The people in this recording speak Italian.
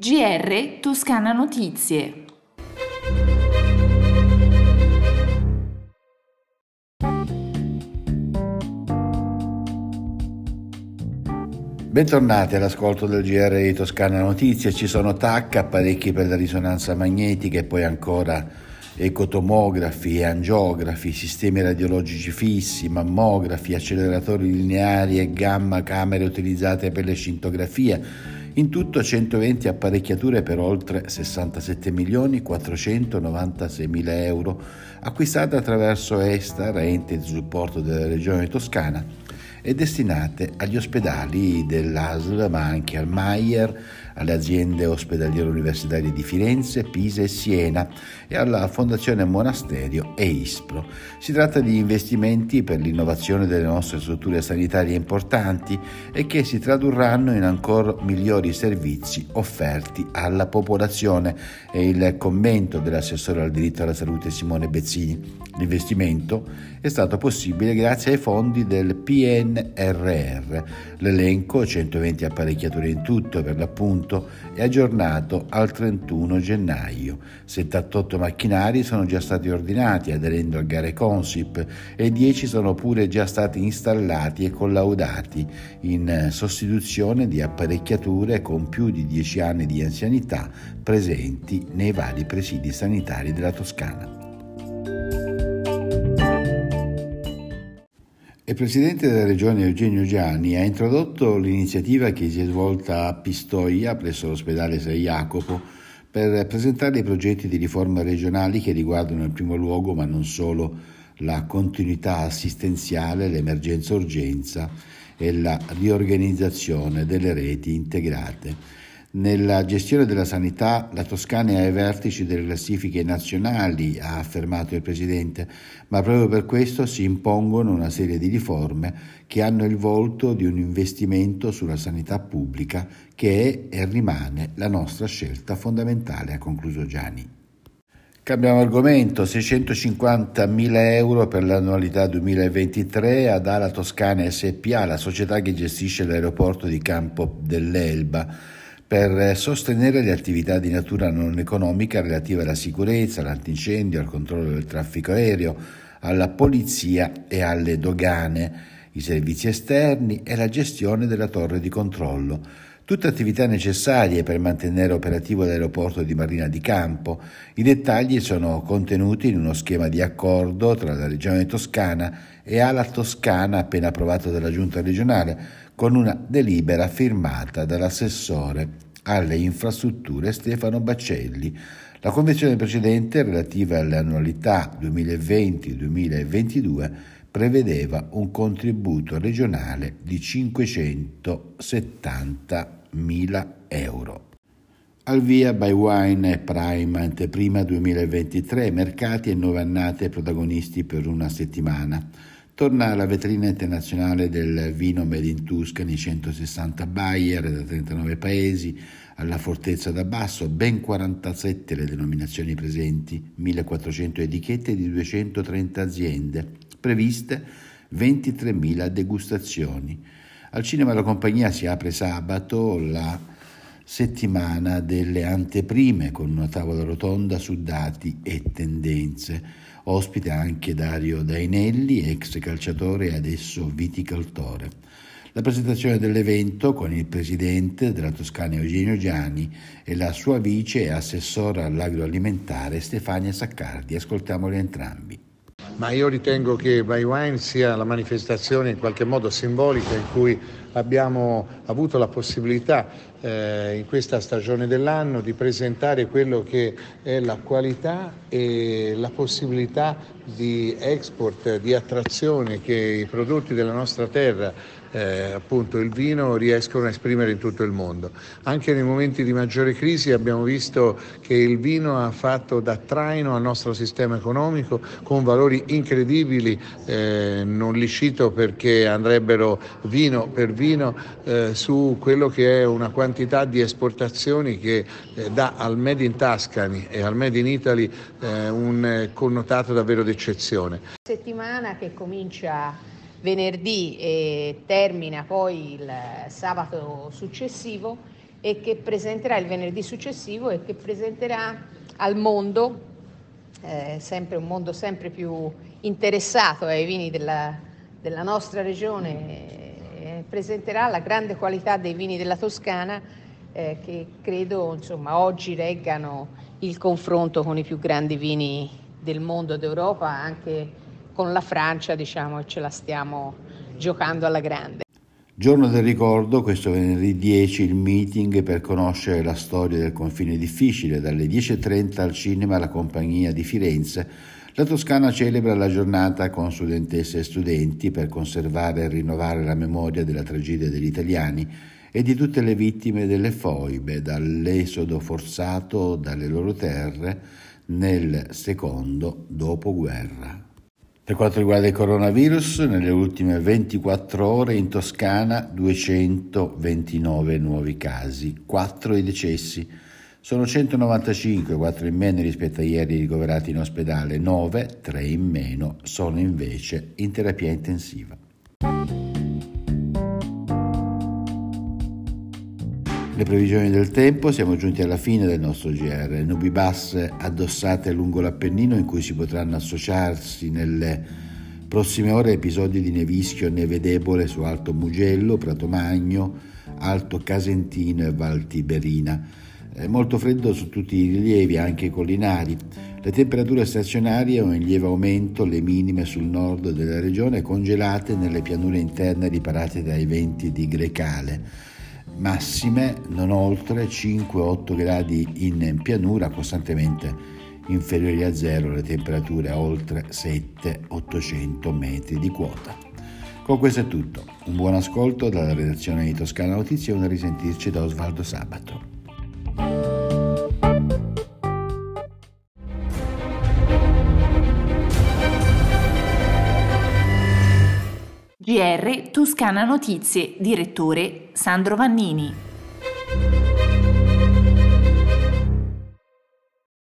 GR Toscana Notizie. Bentornati all'ascolto del GR di Toscana Notizie. Ci sono TAC, apparecchi per la risonanza magnetica e poi ancora ecotomografi e angiografi, sistemi radiologici fissi, mammografi, acceleratori lineari e gamma, camere utilizzate per le scintografie. In tutto 120 apparecchiature per oltre 67.496.000 euro, acquistate attraverso Estar, ente di supporto della Regione Toscana, e destinate agli ospedali dell'ASL, ma anche al Maier, alle aziende ospedaliere universitarie di Firenze, Pisa e Siena e alla Fondazione Monasterio e ISPRO. Si tratta di investimenti per l'innovazione delle nostre strutture sanitarie importanti e che si tradurranno in ancora migliori servizi offerti alla popolazione, è il commento dell'assessore al diritto alla salute Simone Bezzini. L'investimento è stato possibile grazie ai fondi del PNRR. L'elenco, 120 apparecchiature in tutto per l'appunto, è aggiornato al 31 gennaio. 78 macchinari sono già stati ordinati aderendo a gare Consip e 10 sono pure già stati installati e collaudati in sostituzione di apparecchiature con più di 10 anni di anzianità presenti nei vari presidi sanitari della Toscana. Il presidente della regione Eugenio Giani ha introdotto l'iniziativa che si è svolta a Pistoia presso l'ospedale San Jacopo per presentare i progetti di riforma regionali che riguardano in primo luogo, ma non solo, la continuità assistenziale, l'emergenza-urgenza e la riorganizzazione delle reti integrate. Nella gestione della sanità la Toscana è ai vertici delle classifiche nazionali, ha affermato il Presidente, ma proprio per questo si impongono una serie di riforme che hanno il volto di un investimento sulla sanità pubblica che è e rimane la nostra scelta fondamentale, ha concluso Giani. Cambiamo argomento, 650.000 euro per l'annualità 2023 ad Ala Toscana SPA, la società che gestisce l'aeroporto di Campo dell'Elba, per sostenere le attività di natura non economica relative alla sicurezza, all'antincendio, al controllo del traffico aereo, alla polizia e alle dogane, i servizi esterni e la gestione della torre di controllo. Tutte attività necessarie per mantenere operativo l'aeroporto di Marina di Campo. I dettagli sono contenuti in uno schema di accordo tra la Regione Toscana e Ala Toscana appena approvato dalla Giunta regionale, con una delibera firmata dall'assessore alle infrastrutture Stefano Baccelli. La convenzione precedente, relativa alle annualità 2020-2022, prevedeva un contributo regionale di 570.000 euro. Al via by Wine e Prime Anteprima 2023, mercati e nuove annate protagonisti per una settimana. Torna la vetrina internazionale del vino Made in Tuscany, 160 buyer da 39 paesi, alla Fortezza d'Abbasso, ben 47 le denominazioni presenti, 1.400 etichette di 230 aziende, previste 23.000 degustazioni. Al Cinema La Compagnia si apre sabato la settimana delle anteprime con una tavola rotonda su dati e tendenze. Ospite anche Dario Dainelli, ex calciatore e adesso viticoltore. La presentazione dell'evento con il presidente della Toscana Eugenio Giani e la sua vice e assessora all'agroalimentare Stefania Saccardi. Ascoltiamoli entrambi. Ma io ritengo che By Wine sia la manifestazione in qualche modo simbolica in cui abbiamo avuto la possibilità in questa stagione dell'anno di presentare quello che è la qualità e la possibilità di export, di attrazione che i prodotti della nostra terra, appunto il vino, riescono a esprimere in tutto il mondo. Anche nei momenti di maggiore crisi abbiamo visto che il vino ha fatto da traino al nostro sistema economico con valori incredibili, non li cito perché andrebbero vino per vino, su quello che è una quantità di esportazioni che dà al Made in Tuscany e al Made in Italy un connotato davvero d'eccezione. Settimana che comincia venerdì e termina poi il sabato successivo e che presenterà il venerdì successivo e che presenterà al mondo, sempre un mondo sempre più interessato ai vini della nostra regione, presenterà la grande qualità dei vini della Toscana che credo oggi reggano il confronto con i più grandi vini del mondo e d'Europa, anche con la Francia, e ce la stiamo giocando alla grande. Giorno del ricordo, questo venerdì 10, il meeting per conoscere la storia del confine difficile. Dalle 10:30 al cinema La Compagnia di Firenze, la Toscana celebra la giornata con studentesse e studenti per conservare e rinnovare la memoria della tragedia degli italiani e di tutte le vittime delle foibe, dall'esodo forzato dalle loro terre nel secondo dopoguerra. Per quanto riguarda il coronavirus, nelle ultime 24 ore in Toscana 229 nuovi casi, 4 i decessi. Sono 195, 4 in meno rispetto a ieri ricoverati in ospedale, 9, 3 in meno, sono invece in terapia intensiva. Le previsioni del tempo, siamo giunti alla fine del nostro GR, nubi basse addossate lungo l'Appennino in cui si potranno associarsi nelle prossime ore episodi di nevischio e neve debole su Alto Mugello, Prato Magno, Alto Casentino e Val Tiberina. Molto freddo su tutti i rilievi, anche i collinari. Le temperature stazionarie o in lieve aumento, le minime sul nord della regione, congelate nelle pianure interne riparate dai venti di Grecale. Massime non oltre 5-8 gradi in pianura, costantemente inferiori a zero le temperature a oltre 700-800 metri di quota. Con questo è tutto. Un buon ascolto dalla redazione di Toscana Notizie e una risentirci da Osvaldo Sabato. GR Toscana Notizie, direttore Sandro Vannini.